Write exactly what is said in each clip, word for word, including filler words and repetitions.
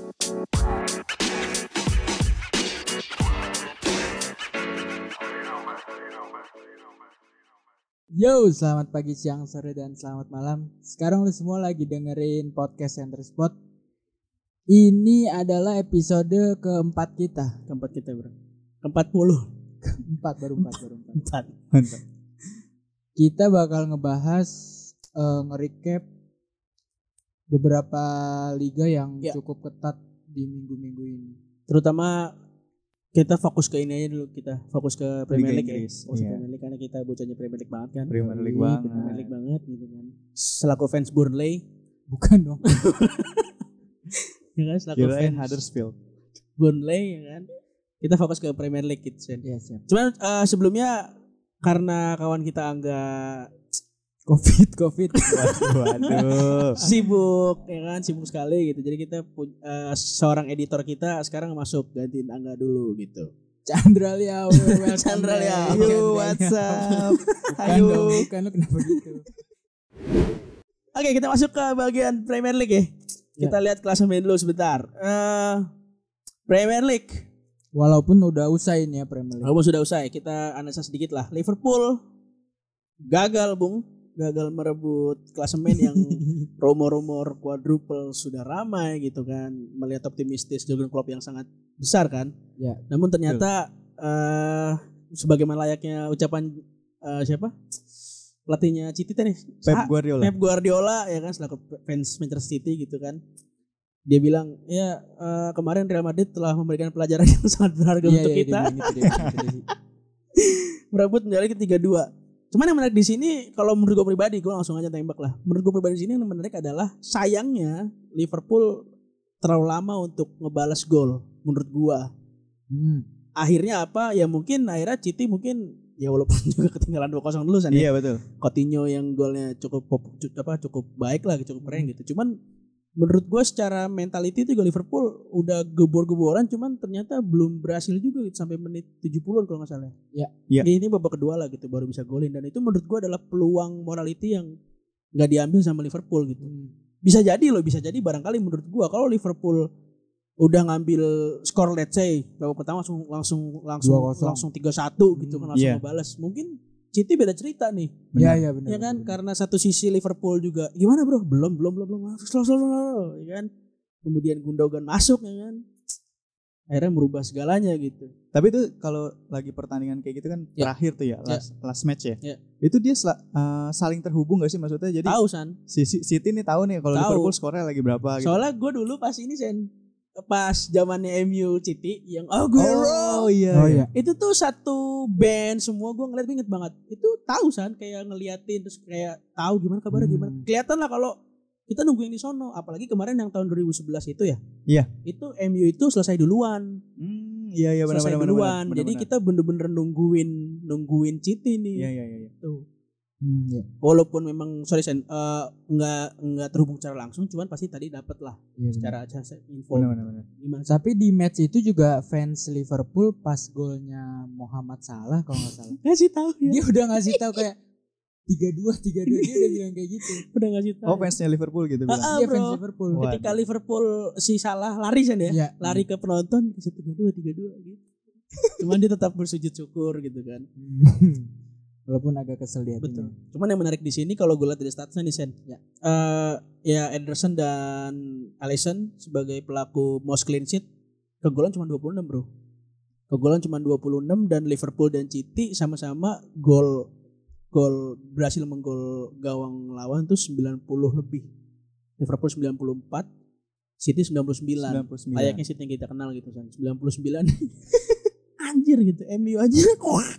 Yo, selamat pagi, siang, sore, dan selamat malam. Sekarang lu semua lagi dengerin podcast Center Spot. Ini adalah episode keempat kita. Keempat kita bro. Keempat puluh. Empat baru empat baru empat. Empat. Mantap. Kita bakal ngebahas uh, nge-recap beberapa liga yang ya. cukup ketat di minggu-minggu ini. Terutama kita fokus ke ini aja dulu, kita fokus ke Premier League ya. Fokus iya. ke Premier League karena kita bocahnya Premier League banget kan. Premier League Iya, banget. Premier League banget gitu kan. Selaku fans Burnley, Bukan dong. ya kan, selaku Kirain fans Huddersfield. Burnley ya kan. Kita fokus ke Premier League gitu Sen. Iya, siap. Cuman uh, sebelumnya karena kawan kita Angga Covid, Covid. Waduh, waduh. sibuk ya kan, sibuk sekali gitu. Jadi kita uh, seorang editor kita sekarang masuk gantiin Angga dulu gitu. Chandra Liao. Chandra Liao. Yo, what's up? Bukan Ayo. dong, bukan, lu kenapa gitu? Oke, kita masuk ke bagian Premier League ya. Kita lihat klasemen dulu sebentar. Uh, Premier League. Walaupun udah usai nih ya Premier League. Walaupun sudah usai, kita analisa sedikit lah. Liverpool gagal, Bung. Gagal merebut klasemen yang rumor-rumor quadruple sudah ramai gitu kan. Melihat optimistis Jurgen Klopp yang sangat besar kan. Ya. Namun ternyata uh, sebagaimana layaknya ucapan uh, siapa? Pelatihnya City nih. Pep Guardiola. Pep Guardiola ya kan, selaku fans Manchester City gitu kan. Dia bilang, ya uh, kemarin Real Madrid telah memberikan pelajaran yang sangat berharga Iya, untuk iya, kita. dia bilang gitu, dia bilang gitu, dia. Merebut medali ke tiga dua. Cuman yang menarik di sini, kalau menurut gue pribadi, gue langsung aja tembak lah. Menurut gue pribadi di sini yang menarik adalah sayangnya Liverpool terlalu lama untuk ngebalas gol. Menurut gue. Hmm. Akhirnya apa? Ya mungkin akhirnya City mungkin ya walaupun juga ketinggalan dua kosong dulu San. Iya betul. Coutinho yang golnya cukup pop, apa cukup baik lah, cukup keren gitu. Cuman menurut gue secara mentality itu juga Liverpool udah gebor-geboran, cuman ternyata belum berhasil juga gitu sampai menit tujuh puluhan kalau nggak salah. Ya. Ya. Ini babak kedua lah gitu baru bisa golin, dan itu menurut gue adalah peluang morality yang nggak diambil sama Liverpool gitu. Hmm. Bisa jadi loh, bisa jadi barangkali menurut gue kalau Liverpool udah ngambil skor let's say babak pertama langsung langsung langsung dua kosong. langsung tiga satu gitu kan, langsung Yeah. ngebalas. Mungkin City beda cerita nih. Iya, iya benar. Ya kan, benar. karena satu sisi Liverpool juga gimana bro, belum belum belum belum slow slow slow ya kan. Kemudian Gundogan masuk ya kan, akhirnya merubah segalanya gitu. Tapi itu kalau lagi pertandingan kayak gitu kan Ya. terakhir tuh ya, last, last match ya. Ya. Itu dia sel- uh, saling terhubung gak sih maksudnya? Jadi Tahu San, si si- City nih tahu nih kalau Tahu. Liverpool skornya lagi berapa gitu. soalnya gue dulu pas ini Sen, pas zamannya M U City yang oh gue Oh iya. Oh iya. itu tuh satu band semua, gue ngeliat, gue inget banget itu tahu San, kayak ngeliatin terus kayak tahu gimana kabarnya, Hmm. gimana kelihatan lah kalau kita nungguin di sono. Apalagi kemarin yang tahun dua ribu sebelas itu ya, Iya. itu M U itu selesai duluan. Hmm, iya iya benar selesai benar duluan. benar. Jadi kita bener-bener nungguin nungguin City nih. Iya iya iya. Tuh. Hmm, ya. Walaupun memang sorry Sen, eh, nggak nggak terhubung secara langsung, cuman pasti tadi dapat lah Iya, benar. secara aja info. Benar benar benar. Gimana? Tapi di match itu juga fans Liverpool pas golnya Muhammad Salah kalau nggak salah, Ngasih tahu ya. dia udah ngasih tahu kayak tiga dua tiga dua, dia udah bilang kayak gitu. Udah ngasih tahu. Oh fansnya Liverpool gitu bilang. Ah, Dia bro. fans Liverpool. Wah. Ketika Liverpool si Salah lari Sen ya, Iya. lari ke penonton kasih tiga dua tiga dua gitu. Cuman dia tetap bersujud syukur gitu kan. Walaupun agak kesel dia. Betul. Cuman yang menarik di sini kalau gue lihat dari statusnya nih Sen, ya, eh, ya Ederson dan Alisson sebagai pelaku most clean sheet, kegolan cuma dua puluh enam bro. Kegolan cuma dua puluh enam, dan Liverpool dan City sama-sama gol gol berhasil menggol gawang lawan tuh sembilan puluh lebih. Liverpool sembilan puluh empat, City sembilan puluh sembilan. sembilan puluh sembilan. Layaknya City yang kita kenal gitu Sen, sembilan puluh sembilan. Anjir gitu, M U aja wah.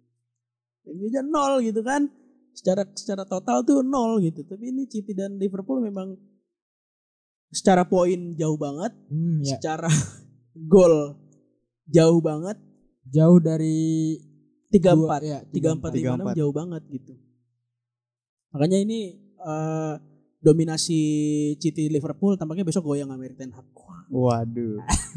M U aja nol gitu kan. Secara secara total tuh nol gitu. Tapi ini City dan Liverpool memang secara poin jauh banget, Hmm, ya. secara gol jauh banget. Jauh dari tiga dua- empat ya, tiga empat tiga lima enam empat. jauh banget gitu. Makanya ini eh, dominasi City Liverpool tampaknya besok goyang sama Erik ten Hag. Waduh.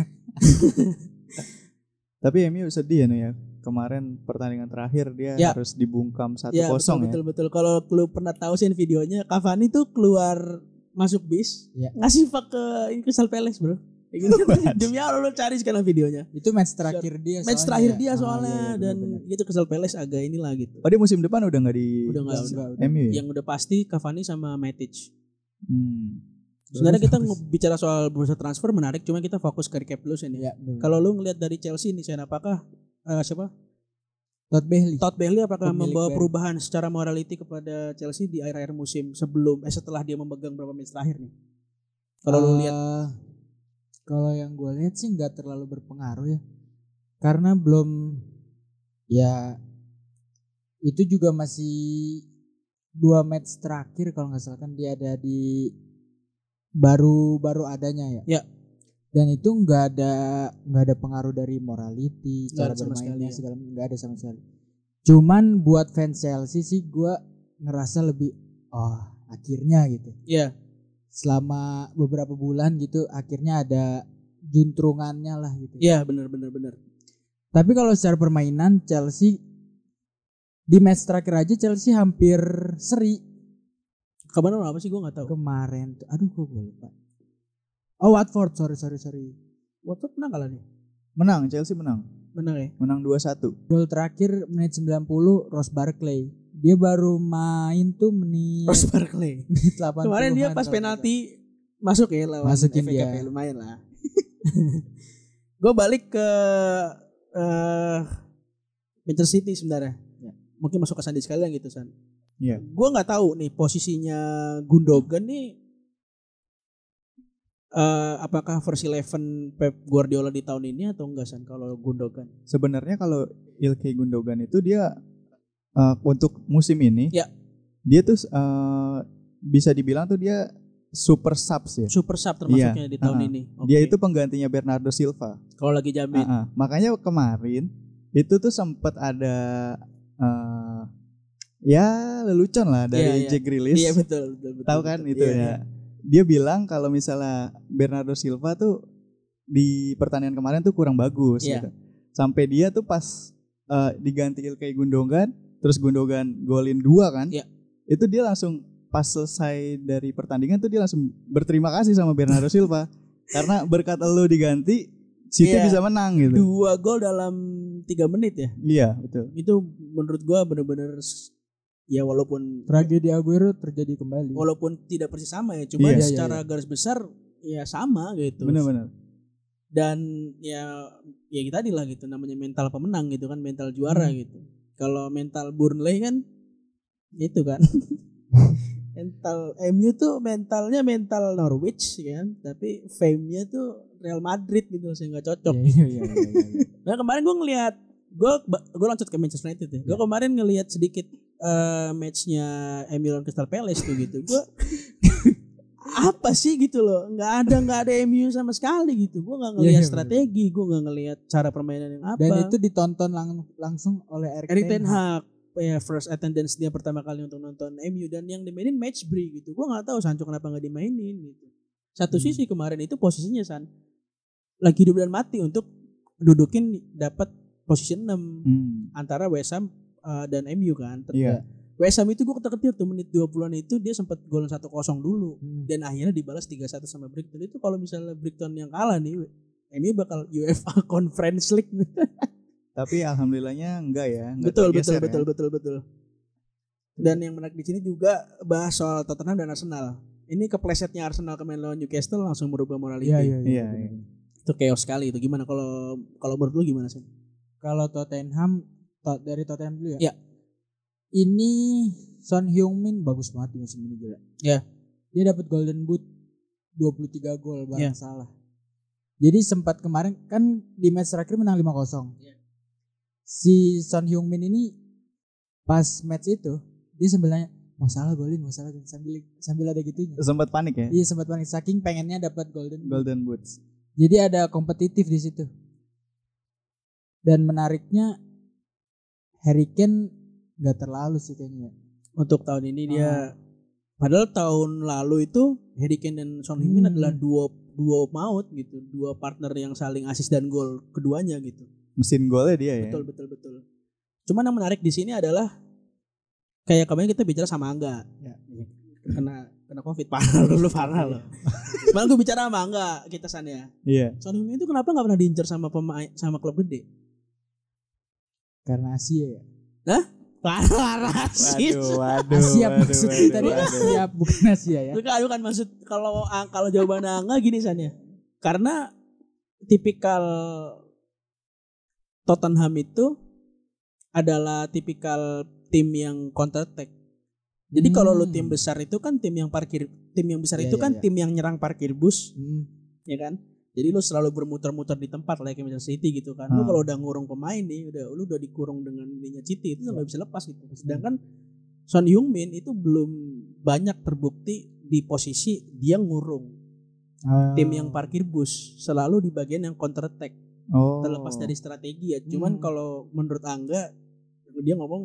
Tapi M U sedih ya nih ya. Kemarin pertandingan terakhir dia Ya. harus dibungkam satu Ya kosong betul, ya. betul betul. Kalau lu pernah tahu sih videonya, Cavani tuh keluar masuk bis, Ya. ngasih fuck ke Crystal Palace bro. Demi Allah lu cari sekarang videonya. Itu match terakhir dia. Match soalnya terakhir ya. dia Oh, soalnya iya, iya, dan bener-bener. gitu Crystal Palace agak inilah gitu. Oh dia musim depan udah nggak di Udah nggak Udah, udah. M U ya? Yang udah pasti Cavani sama Matic. Hmm. Sebenarnya kita bicara soal bursa transfer menarik, cuma kita fokus ke recap dulu sini. Ya, bener. Kalau lu ngelihat dari Chelsea nih, Sen, apakah uh, siapa? Todd Bailey. Todd Bailey apakah Pemilik membawa Bayern. perubahan secara morality kepada Chelsea di akhir-akhir musim sebelum eh setelah dia memegang beberapa match terakhir nih? Kalau lu lihat, Eh, kalau yang gue lihat sih nggak terlalu berpengaruh ya, karena belum ya itu juga masih dua match terakhir kalau nggak salah kan dia ada di baru baru adanya ya. Ya. Dan itu nggak ada nggak ada pengaruh dari morality, Nggak cara ada sama bermainnya sekali ya. segala nggak ada sama sekali. Cuman buat fans Chelsea sih gue ngerasa lebih oh akhirnya gitu. ya Selama beberapa bulan gitu akhirnya ada juntrungannya lah gitu. Iya benar benar benar. Tapi kalau secara permainan Chelsea di match terakhir aja Chelsea hampir seri Kemarin apa sih gue nggak tahu. kemarin tuh. Aduh gue lupa. Oh Watford sorry sorry sorry. Watford menang kalah nih. Menang, Chelsea menang. Menang ya. Menang dua satu. Gol terakhir menit sembilan puluh Ross Barkley. Dia baru main tuh menit Ross Barkley. menit delapan puluhan. Kemarin dia pas kalau penalti masuk ya lawan Masukin F A Cup dia. ya, lumayan lah. Gue balik ke uh, Manchester City sebenarnya. Ya. Mungkin masuk ke Sandi sekalian gitu San. Iya. Gue nggak tahu nih posisinya Gundogan nih uh, apakah versi eleven Pep Guardiola di tahun ini atau enggak San kalau Gundogan? Sebenarnya kalau Ilkay Gundogan itu dia uh, untuk musim ini, Ya. dia tuh uh, bisa dibilang tuh dia super subs ya. Super sub termasuknya Iya, di tahun uh-uh. ini. Dia Oke. itu penggantinya Bernardo Silva. kalau lagi jamin. Uh-uh. Makanya kemarin itu tuh sempat ada uh, ya lelucon lah dari Iya, iya. Jack Grealish. Iya betul betul. betul Tahu kan betul. itu Iya, ya. iya. Dia bilang kalau misalnya Bernardo Silva tuh di pertandingan kemarin tuh kurang bagus Iya. gitu. Sampai dia tuh pas uh, diganti Ilkay Gundogan, terus Gundogan golin dua kan. Iya. Itu dia langsung pas selesai dari pertandingan tuh dia langsung berterima kasih sama Bernardo Silva karena berkat lo diganti City Iya. bisa menang gitu. Dua gol dalam tiga menit ya. Iya, betul. Itu menurut gua benar-benar ya walaupun Tragedi Aguero terjadi kembali. walaupun tidak persis sama ya, cuma Iya, iya, secara iya. garis besar ya sama gitu. Benar-benar. Dan ya ya kita tadi lah gitu namanya mental pemenang gitu kan, mental juara Hmm. gitu. Kalau mental Burnley kan itu kan. mental M U tuh mentalnya mental Norwich kan, tapi fame-nya tuh Real Madrid gitu sih nggak cocok. Iya, iya, iya, iya, iya. Nah kemarin gue ngelihat gue gue lanjut ke Manchester United ya. Gue kemarin ngelihat sedikit uh, matchnya M U lawan Crystal Palace tuh gitu. Gue apa sih gitu loh? Nggak ada nggak ada M U sama sekali gitu. Gue nggak Iya, ngelihat iya, strategi, gue nggak ngelihat cara permainan yang apa. Dan itu ditonton lang- langsung oleh Erik Erik Ten Ten Hag. Hag ya first attendance dia pertama kali untuk nonton M U dan yang dimainin match break gitu. Gue nggak tahu Sancho kenapa nggak dimainin gitu. Satu Hmm. sisi kemarin itu posisinya San lagi hidup dan mati untuk dudukin dapat posisi enam Hmm. antara West Ham uh, dan M U kan. Ter- Iya. West Ham itu gue ketar-ketir tuh menit dua puluhan itu dia sempat golin satu kosong dulu Hmm. dan akhirnya dibalas tiga satu sama Brighton. Itu kalau misalnya Brighton yang kalah nih M U bakal U F A Conference League. Tapi alhamdulillahnya enggak ya. Enggak betul betul tergeser betul ya. betul betul. Dan yang menarik di sini juga bahas soal Tottenham dan Arsenal. Ini keplesetnya Arsenal kemarin lawan Newcastle langsung merubah morality. Iya, iya, iya. Iya, benar, iya. benar. Itu chaos sekali itu. Gimana kalau kalau menurut lu gimana sih? Kalau Tottenham to- dari Tottenham dulu ya. Ya. Ini Son Heung-min bagus banget di musim ini gila. Ya. Dia dapat Golden Boot dua puluh tiga gol bareng Ya. salah. Jadi sempat kemarin kan di match terakhir menang lima kosong. Ya. Si Son Heung-min ini pas match itu dia sambil nanya mau salah golin, mau salah golin sambil sambil ada gitunya. Sempat panik ya. Iya sempat panik saking pengennya dapat Golden Boot. Golden Boots. Jadi ada kompetitif di situ. Dan menariknya Harry Kane nggak terlalu sih kayaknya. Untuk tahun ini dia Ah. padahal tahun lalu itu Harry Kane dan Son Heung-min Hmm. adalah duo duo maut gitu, dua partner yang saling asis dan gol keduanya gitu. Mesin golnya dia ya. Betul betul betul. Cuman yang menarik di sini adalah kayak kemarin kita bicara sama Angga. Ya. Kena kena covid parah lu, lu parah lo. Malah gue bicara sama enggak kita San ya. Iya. Son Heung-min itu kenapa enggak pernah diincar sama pemain sama klub gede? Karena Asia ya. Hah? Parah sih. Waduh, waduh. Asia waduh, maksudnya waduh, tadi waduh. Asia bukan Asia ya. Bukan, bukan maksud kalau kalau jawabannya enggak gini San ya. Karena tipikal Tottenham itu adalah tipikal tim yang counter attack. Jadi Hmm. kalau lu tim besar itu kan tim yang parkir tim yang besar Iya, itu iya, kan iya. tim yang nyerang parkir bus, Hmm. ya kan? Jadi lu selalu bermuter-muter di tempat like Manchester City gitu kan. Lu Hmm. kalau udah ngurung pemain nih, udah lu udah dikurung dengan ininya City itu nggak bisa lepas gitu. Sedangkan Son Heung-min itu belum banyak terbukti di posisi dia ngurung Oh. tim yang parkir bus, selalu di bagian yang counter attack. Oh. Terlepas dari strategi ya. Cuman Hmm. kalau menurut Angga dia ngomong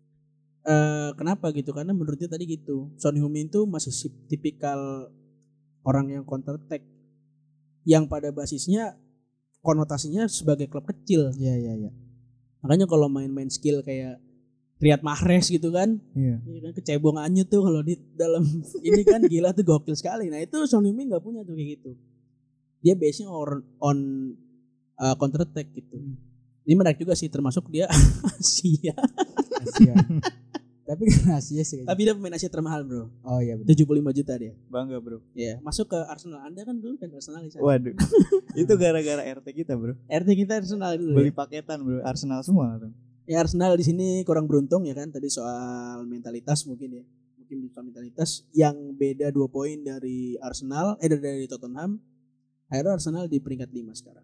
eh kenapa gitu? Karena menurut dia tadi gitu. Son Heung-min itu masih si- tipikal orang yang counter attack yang pada basisnya konotasinya sebagai klub kecil. Iya iya iya. Makanya kalau main-main skill kayak Riyad Mahrez gitu kan, Iya. ini kan kecebong anyut tuh kalau di dalam ini kan gila tuh gokil sekali. Nah itu Son Heung-min nggak punya tuh kayak gitu. Dia base-nya on, on uh, counter attack gitu. Hmm. Ini menarik juga sih termasuk dia Asia. Asia. Tapi karena Asia sih. Tapi dia pemain Asia termahal bro. Oh iya benar. tujuh puluh lima juta dia. Bangga, Bro. Ya, masuk ke Arsenal. Anda kan dulu kan Arsenal di sana. Waduh. Itu gara-gara R T kita, Bro. R T kita Arsenal dulu. Beli Ya. paketan, Bro. Arsenal semua tuh. ya Arsenal di sini kurang beruntung ya kan tadi soal mentalitas mungkin ya. Mungkin soal mentalitas yang beda dua poin dari Arsenal eh dari, dari Tottenham. Akhirnya Arsenal di peringkat lima sekarang.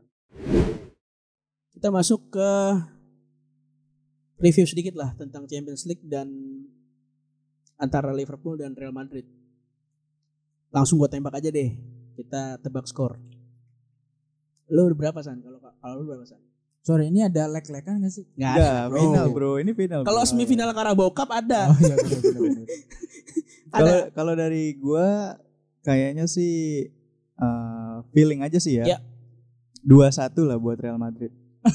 Kita masuk ke review sedikit lah tentang Champions League dan antara Liverpool dan Real Madrid. Langsung gue tembak aja deh. Kita tebak skor. Lu berapa San? Kalau kalau lu berapa San? Sorry ini ada lag-lagan gak sih? Nggak Enggak, ada, bro. final, Bro. Ini final. Kalau bro. semifinal Carabao Cup ada. Oh iya benar benar benar. Kalau ada. kalau dari gua kayaknya sih uh, feeling aja sih ya. Ya. dua satu lah buat Real Madrid.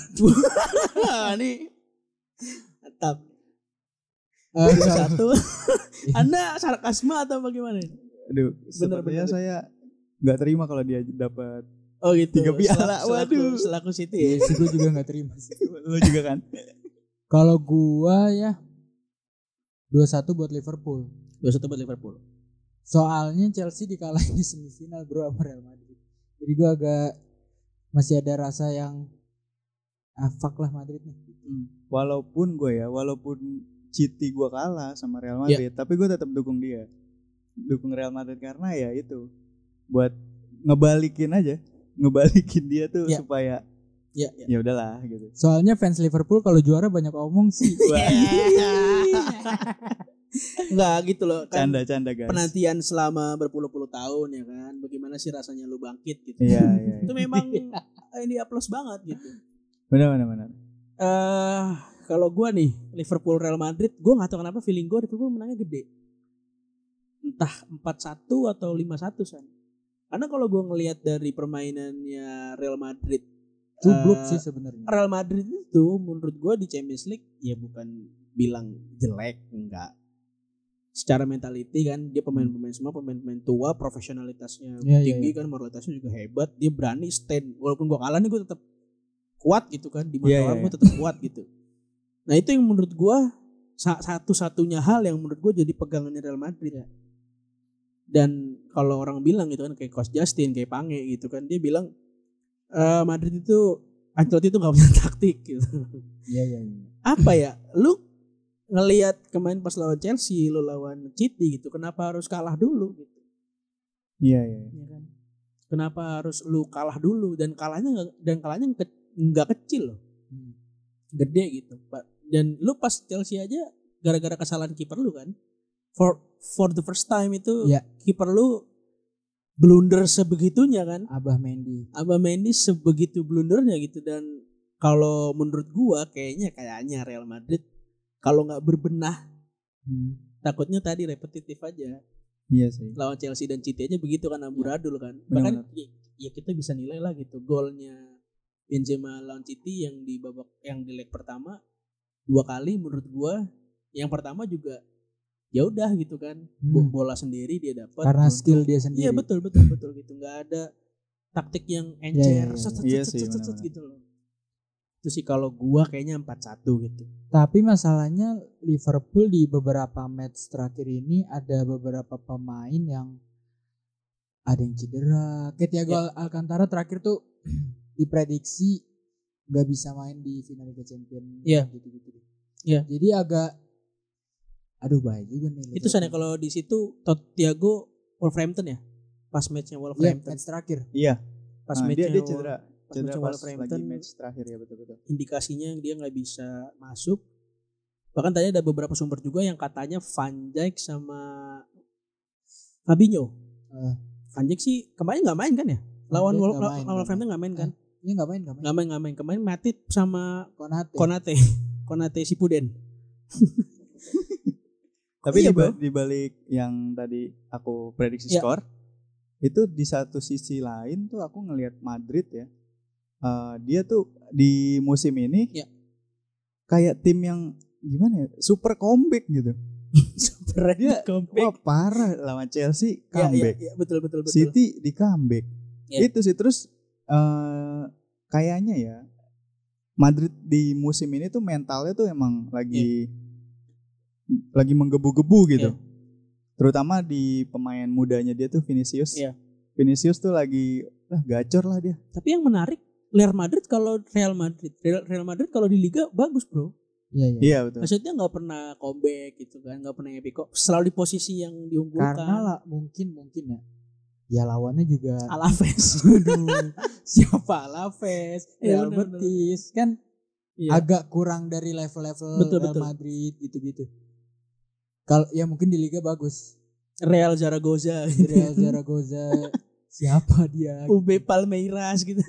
Ini mantap. Eh, Dua satu. Anda sarkasme atau bagaimana? Aduh, Bener, sepertinya bener. saya nggak terima kalau dia dapat. Oh gitu. Tiga piala, Selaku- waduh. Selaku, selaku City Iya ya. sih gue juga gak terima sih. Lu juga kan? Kalau gua ya dua satu buat Liverpool. Dua satu buat Liverpool. Soalnya Chelsea dikalahin di semifinal bro sama Real Madrid. Jadi gua agak masih ada rasa yang ah fuck lah Madrid nih. Hmm. Walaupun gue ya, walaupun City gue kalah sama Real Ya. Madrid, tapi gue tetap dukung dia. Dukung Real Madrid karena ya itu buat ngebalikin aja, ngebalikin dia tuh Ya. supaya Ya, ya. ya udahlah gitu. Soalnya fans Liverpool kalau juara banyak omong sih. Enggak gitu loh. Kan Canda-canda guys. penantian selama berpuluh-puluh tahun ya kan. Bagaimana sih rasanya lu bangkit gitu. Iya, iya. Itu memang ini plus banget gitu. Benar benar benar. Eh kalau gua nih Liverpool Real Madrid, gua nggak tahu kenapa feeling gua Liverpool menangnya gede. Entah empat satu atau lima satu San. Karena kalau gua ngelihat dari permainannya Real Madrid, Cubluk eh, sih sebenarnya. Real Madrid itu menurut gua di Champions League ya bukan bilang jelek, enggak. Secara mentality kan dia pemain-pemain semua pemain-pemain tua, profesionalitasnya Iya, iya, tinggi iya. kan, moralitasnya juga hebat, dia berani stand walaupun gua kalah nih gua tetap kuat gitu kan, di mata Iya, iya, orang iya. gua tetap kuat gitu. Nah, itu yang menurut gua sa- satu-satunya hal yang menurut gua jadi pegangannya Real Madrid ya. Dan kalau orang bilang gitu kan kayak Coach Justin, kayak Pange gitu kan, dia bilang eh Madrid itu Ancelotti itu gak punya taktik gitu. Iya iya iya. Apa ya? Lu ngelihat kemarin pas lawan Chelsea, lu lawan City gitu, kenapa harus kalah dulu gitu? Iya iya. Ya kan? Kenapa harus lu kalah dulu dan kalahnya nggak dan kalahnya ke- nggak kecil loh, Hmm. gede gitu, Pak. Dan lu pas Chelsea aja gara-gara kesalahan kiper lu kan, for for the first time itu Ya. kiper lu blunder sebegitunya kan, Abah Mendy. Abah Mendy sebegitu blundernya gitu. Dan kalau menurut gua kayaknya kayaknya Real Madrid kalau nggak berbenah Hmm. takutnya tadi repetitif aja. Iya sih. Lawan Chelsea dan City aja begitu kan amburadul kan. Benar-benar. Bahkan ya, ya kita bisa nilai lah gitu golnya Benzema lawan City yang di babak yang di leg pertama dua kali menurut gua. Yang pertama juga ya udah gitu kan. Hmm. Bola sendiri dia dapat. Karena beruntung. skill dia sendiri. Iya betul betul betul gitu. Nggak ada taktik yang encer Iya, iya, iya. set, set, Iya set, sih, set, set, benar-benar. gitu loh. Itu sih kalau gua kayaknya empat satu gitu. Tapi masalahnya Liverpool di beberapa match terakhir ini ada beberapa pemain yang ada yang cedera. Kayak Thiago Ya. Alcantara terakhir tuh diprediksi nggak bisa main di final Liga Champions. Iya. Gitu-gitu. deh. Iya. Jadi agak, aduh bahaya juga nih. Itu sana kalau di situ Tot Thiago Wolverhampton ya. Pas matchnya Iya, Wolverhampton. match terakhir. Iya. Pas Nah, matchnya dia dia Wol- cedera. pas Cedera matchnya pas Wolverhampton, lagi match terakhir ya betul-betul. indikasinya dia nggak bisa masuk. Bahkan tadi ada beberapa sumber juga yang katanya Van Dijk sama Fabinho. Eh. Van Dijk sih kemarin nggak main kan ya? Lawan Dijk Wol- nggak main, lawan nggak Wolverhampton nggak main kan? Iya nggak main nggak main. Nggak main nggak main. Kemarin Matip sama Konate. Konate. Konate Sipuden. Tapi Iya, di, ba- bro. di balik yang tadi aku prediksi Iya. skor, itu di satu sisi lain tuh aku ngelihat Madrid ya. eh, dia tuh di musim ini Iya. kayak tim yang gimana ya, super comeback gitu. Super Dia wah parah lawan Chelsea Ya, ya, comeback, ya, betul betul betul. City di comeback. Iya. Itu sih terus eh, kayaknya ya Madrid di musim ini tuh mentalnya tuh emang lagi lagi menggebu-gebu gitu. Iya. Terutama di pemain mudanya dia tuh Vinicius. Iya. Vinicius tuh lagi ah, gacor lah dia. Tapi yang menarik Real Madrid kalau Real Madrid Real, Real Madrid kalau di Liga bagus bro. Iya iya. Iya betul. Maksudnya nggak pernah comeback gitu kan, nggak pernah epic kok. Selalu di posisi yang diunggulkan. Karena lah mungkin mungkin ya. Ya lawannya juga. Alaves. Aduh, siapa Alaves, Iya, Real benar, benar. Betis kan Iya. agak kurang dari level-level Betul, Real betul. Madrid gitu-gitu. Kalau ya mungkin di Liga bagus. Real Zaragoza, Real Zaragoza siapa dia? U B Palmeiras gitu.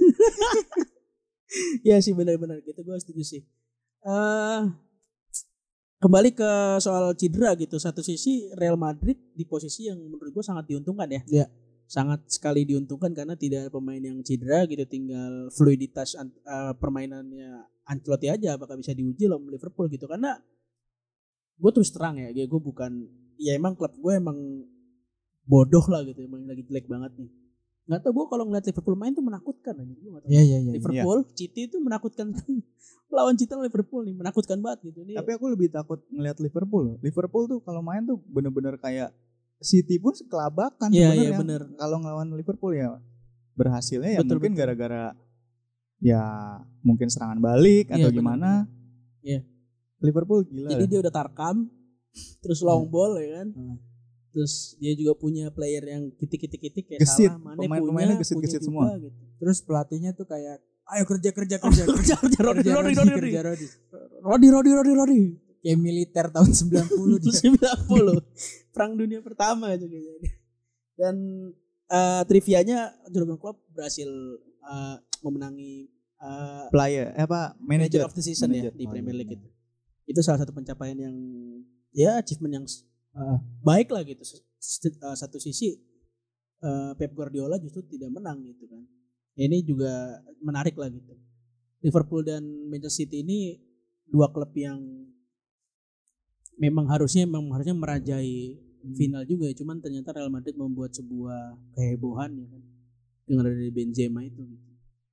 Ya sih benar-benar gitu, gue setuju sih. Eh kembali ke soal cedera gitu. Satu sisi Real Madrid di posisi yang menurut gue sangat diuntungkan ya. Iya. Sangat sekali diuntungkan karena tidak ada pemain yang cedera gitu, tinggal fluiditas an- eh, permainannya Ancelotti aja apakah bisa diuji lawan Liverpool gitu. Karena gue terus terang ya, gue bukan ya emang klub gue emang bodoh lah gitu, emang lagi jelek banget nih. Nggak tau gue kalau ngeliat Liverpool main tuh menakutkan aja. Gue nggak tahu. Iya iya iya. Liverpool, City itu menakutkan. Lawan City lawan Liverpool nih menakutkan banget gitu. Ini Tapi aku lebih takut ngelihat Liverpool. Liverpool tuh kalau main tuh bener-bener kayak City pun kelabakan Iya, sebenarnya. iya, bener. Kalau ngelawan Liverpool ya berhasilnya ya Betul, mungkin betul. gara-gara ya mungkin serangan balik Iya, atau bener, gimana. Iya. Liverpool gila. jadi dah. dia udah tarkam, terus long ball ya kan. Hmm. Terus dia juga punya player yang kitik-kitik-kitik kayak Gesit. Salah, Mane Pemain-pemainnya punya, gesit-gesit punya semua. juga, gitu. Terus pelatihnya tuh kayak ayo kerja kerja kerja Kerja, kerja, Rodi, kerja, Rodi, Rodi, Rodi, kerja, Rodi. Rodi, Rodi, Rodi, Rodi. Kayak militer tahun sembilan puluh dia. sembilan puluh Perang dunia pertama itu kayaknya. Dan eh, trivianya Jurgen Klopp berhasil eh, memenangi eh, Player eh apa Manager manager of the Season ya Manager. di Oh, Premier iya, League benar. itu. Itu salah satu pencapaian yang ya achievement yang s- Heeh. baik lah gitu. S- s- eh, Satu sisi eh, Pep Guardiola justru tidak menang gitu kan. Ini juga menarik lah gitu. Liverpool dan Manchester City ini dua klub yang memang harusnya memang harusnya merajai final juga ya. Cuman ternyata Real Madrid membuat sebuah kehebohan ya kan dengan ada Benzema itu gitu.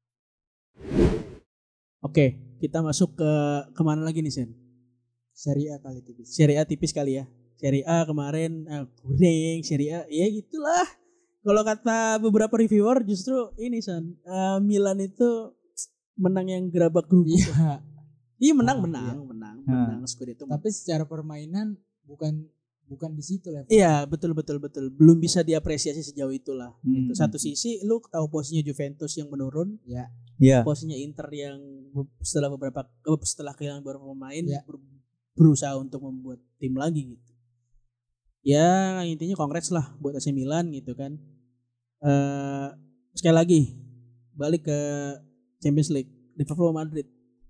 Oke, kita masuk ke kemana lagi nih Sen? Serie A kali tipis. Serie A tipis kali ya. Serie A kemarin eh, kuning, Serie A ya gitulah. Kalau kata beberapa reviewer justru ini San, eh, Milan itu menang yang gerabak gerubuk. Iya. Iya menang Ah, menang iya. menang Ah. menang Scudetto. Tapi secara permainan bukan bukan di situ level. Iya betul betul betul. Belum bisa diapresiasi sejauh itulah. Hmm. Itu satu sisi lu tahu posisinya Juventus yang menurun, Ya. Iya. posisinya Inter yang be- setelah beberapa eh, setelah kehilangan beberapa pemain Ya. ber- berusaha untuk membuat tim lagi gitu. Ya intinya kongres lah buat A C Milan gitu kan. Eh sekali lagi balik ke Champions League, Liverpool Madrid.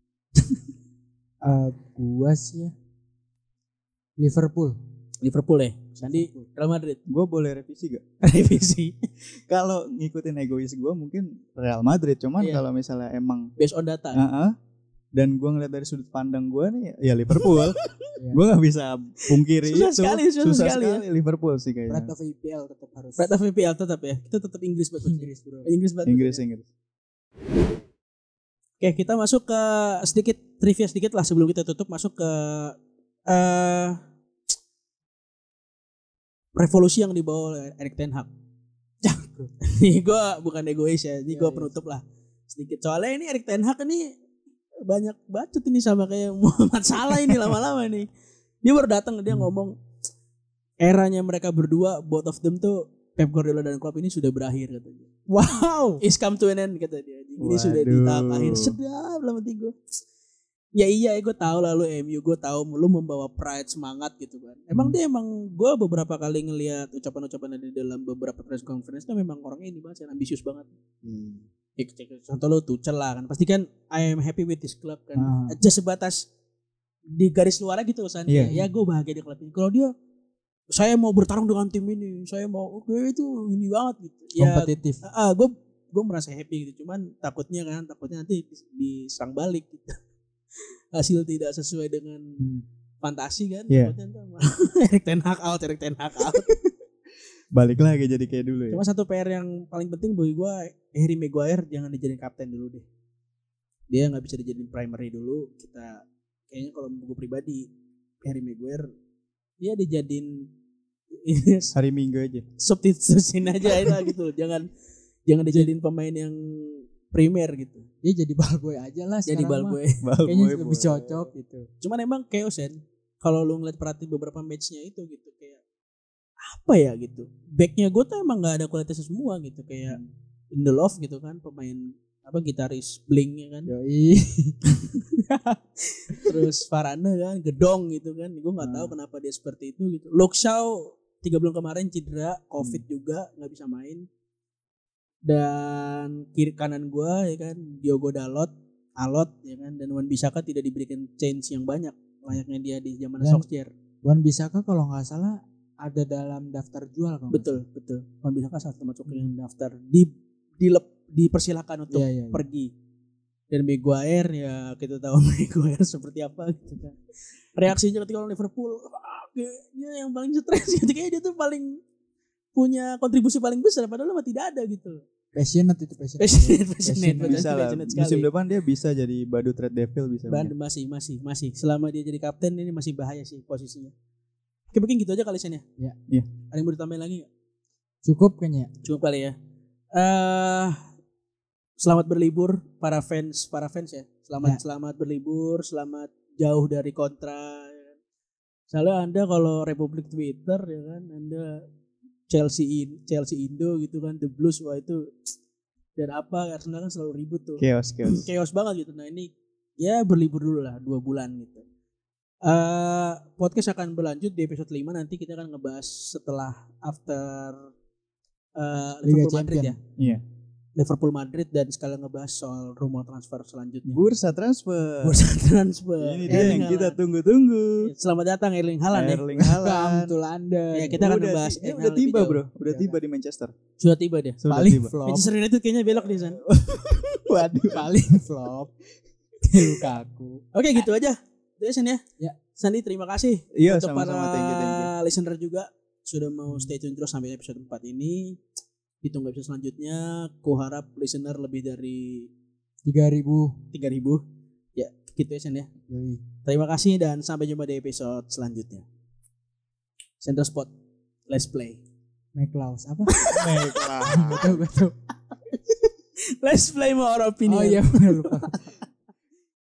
Eh, gua sih ya Liverpool. Liverpool ya. Sandi Liverpool. Real Madrid. Gue boleh revisi gak? Revisi. Kalau ngikutin egois gue mungkin Real Madrid. Cuman Iya. kalau misalnya emang Based on data. Heeh. dan gue ngeliat dari sudut pandang gue nih ya Liverpool. Iya. Gue nggak bisa pungkiri Susah itu. sekali, susah sekali ya. Liverpool sih Pride kayaknya. of E P L tetap harus. Pride of E P L tetap ya. Kita tetap Inggris banget. Inggris bro. Inggris banget. Inggris Inggris. Oke, kita masuk ke sedikit trivia sedikit lah sebelum kita tutup, masuk ke uh, revolusi yang dibawa oleh Erik ten Hag. Ini gue bukan egois ya, ini Iya, gue iya. penutup lah sedikit. Soalnya ini Erik ten Hag ini banyak bacot ini sama kayak Muhammad Salah ini lama-lama nih. Dia baru datang dia ngomong eranya mereka berdua, both of them tuh Pep Guardiola dan Klopp ini sudah berakhir katanya. Wow. Is come to an end kata dia. Ini Waduh. sudah di tahap akhir. Sedap lah mati gue. Ya iya gue tahu lah lu M U, gue tahu lu membawa pride semangat gitu kan. Emang Hmm. dia emang gue beberapa kali ngelihat ucapan-ucapan di dalam beberapa press conference tuh memang orangnya ini banget, ambisius banget. Hmm. Ya, contoh lu Tuchel lah kan. Pasti kan I am happy with this club kan. Ah. Aja sebatas di garis luar gitu San. Iya. Ya gue bahagia di klub ini. Kalau dia saya mau bertarung dengan tim ini, saya mau oke itu ini banget gitu. Ya Kompetitif. ah gue gue merasa happy gitu. Cuman takutnya kan takutnya nanti diserang balik gitu. Hasil tidak sesuai dengan Hmm. fantasi kan. Iya. Takutnya ntar malah Erik ten Hag out, Erik ten Hag out. Balik lagi jadi kayak dulu ya. Cuma satu P R yang paling penting bagi gue, Harry Maguire jangan dijadiin kapten dulu deh. Dia nggak bisa dijadiin primary dulu. Kita kayaknya kalau gue pribadi Harry Maguire dia dijadiin Hari Minggu aja. substitusin aja itu gitu. Jangan jangan dijadiin pemain yang primer gitu. Dia jadi ball boy aja lah Jadi sekarang bal mah. gue. Kayaknya Boy, lebih boy. cocok gitu. Cuman emang chaos kan. Kalau lu ngeliat perhatiin beberapa matchnya itu gitu kayak apa ya gitu. Backnya gue tuh emang nggak ada kualitasnya semua gitu kayak Lindelof gitu kan pemain apa gitaris Blink ya kan. Yoi. Terus Varane kan gedong gitu kan. Gue nggak tahu Hmm. kenapa dia seperti itu gitu. Luke Shaw tiga bulan kemarin cedera, Covid juga nggak bisa main. Dan kiri kanan gue ya kan Diogo Dalot, Alot ya kan dan Wan Bissaka tidak diberikan chance yang banyak layaknya dia di zaman Dan- Solskjaer. Wan Bissaka kalau nggak salah ada dalam daftar jual kalau nggak Betul, betul. Wan Bissaka salah satu masuk yang daftar di dilep, dipersilakan untuk Iya, iya, iya. pergi. Dan Maguire ya kita tahu Maguire seperti apa gitu kan. Reaksinya ketika lawan Liverpool, ah, kayaknya yang paling stres gitu. Kayaknya dia tuh paling punya kontribusi paling besar padahal mah tidak ada gitu. Passionate itu passionate. Passionate, passionate, Passionate. Bisa lah. passionate sekali. Musim depan dia bisa jadi badut Red Devil bisa. Ban- mungkin. masih, masih, masih. Selama dia jadi kapten ini masih bahaya sih posisinya. Oke mungkin gitu aja kali Sen ya. Ya. Iya. Ada yang mau ditambahin lagi nggak? Cukup kayaknya. Cukup kali ya. Eh selamat berlibur para fans, para fans ya. Selamat Ya. selamat berlibur, selamat jauh dari kontra. Ya kan. Soalnya Anda kalau Republik Twitter ya kan, Anda Chelsea in, Chelsea Indo gitu kan, The Blues wah itu dan apa Arsenal kan selalu ribut tuh. Chaos, chaos. Chaos banget gitu. Nah ini ya berlibur dulu lah dua bulan gitu. Eh podcast akan berlanjut di episode lima nanti kita akan ngebahas setelah after eh, Liga Liverpool Madrid ya. Champion. Iya. Liverpool Madrid dan sekalian ngebahas soal rumor transfer selanjutnya. Bursa transfer. Bursa transfer. Ini dia Erling yang kita Haaland. tunggu-tunggu. Selamat datang Erling Haaland ya. Erling Welcome Haaland. to London. Ya, kita akan Udah membahas ti- dia Erling udah Haaland tiba, lebih Bro. jauh. Udah Ya, tiba di Manchester. Sudah tiba dia. Sudah Paling tiba. flop. Manchester United kayaknya belok di sana. Waduh. Paling flop. Lukaku. Oke gitu aja. Itu ya, San ya. Ya. Sandi terima kasih Iya, untuk para sama-sama. Thank you, thank you. listener juga sudah mau stay tune terus sampai episode empat ini. Ditunggu episode selanjutnya. Kuharap listener lebih dari tiga ribu. tiga ribu. Ya, gitu ya Sen ya. Yoi. Terima kasih dan sampai jumpa di episode selanjutnya. Center Spot. Let's play. McLaus apa? Baiklah. Gak tau, gak tau. Let's play more opinion. Oh iya benar lupa.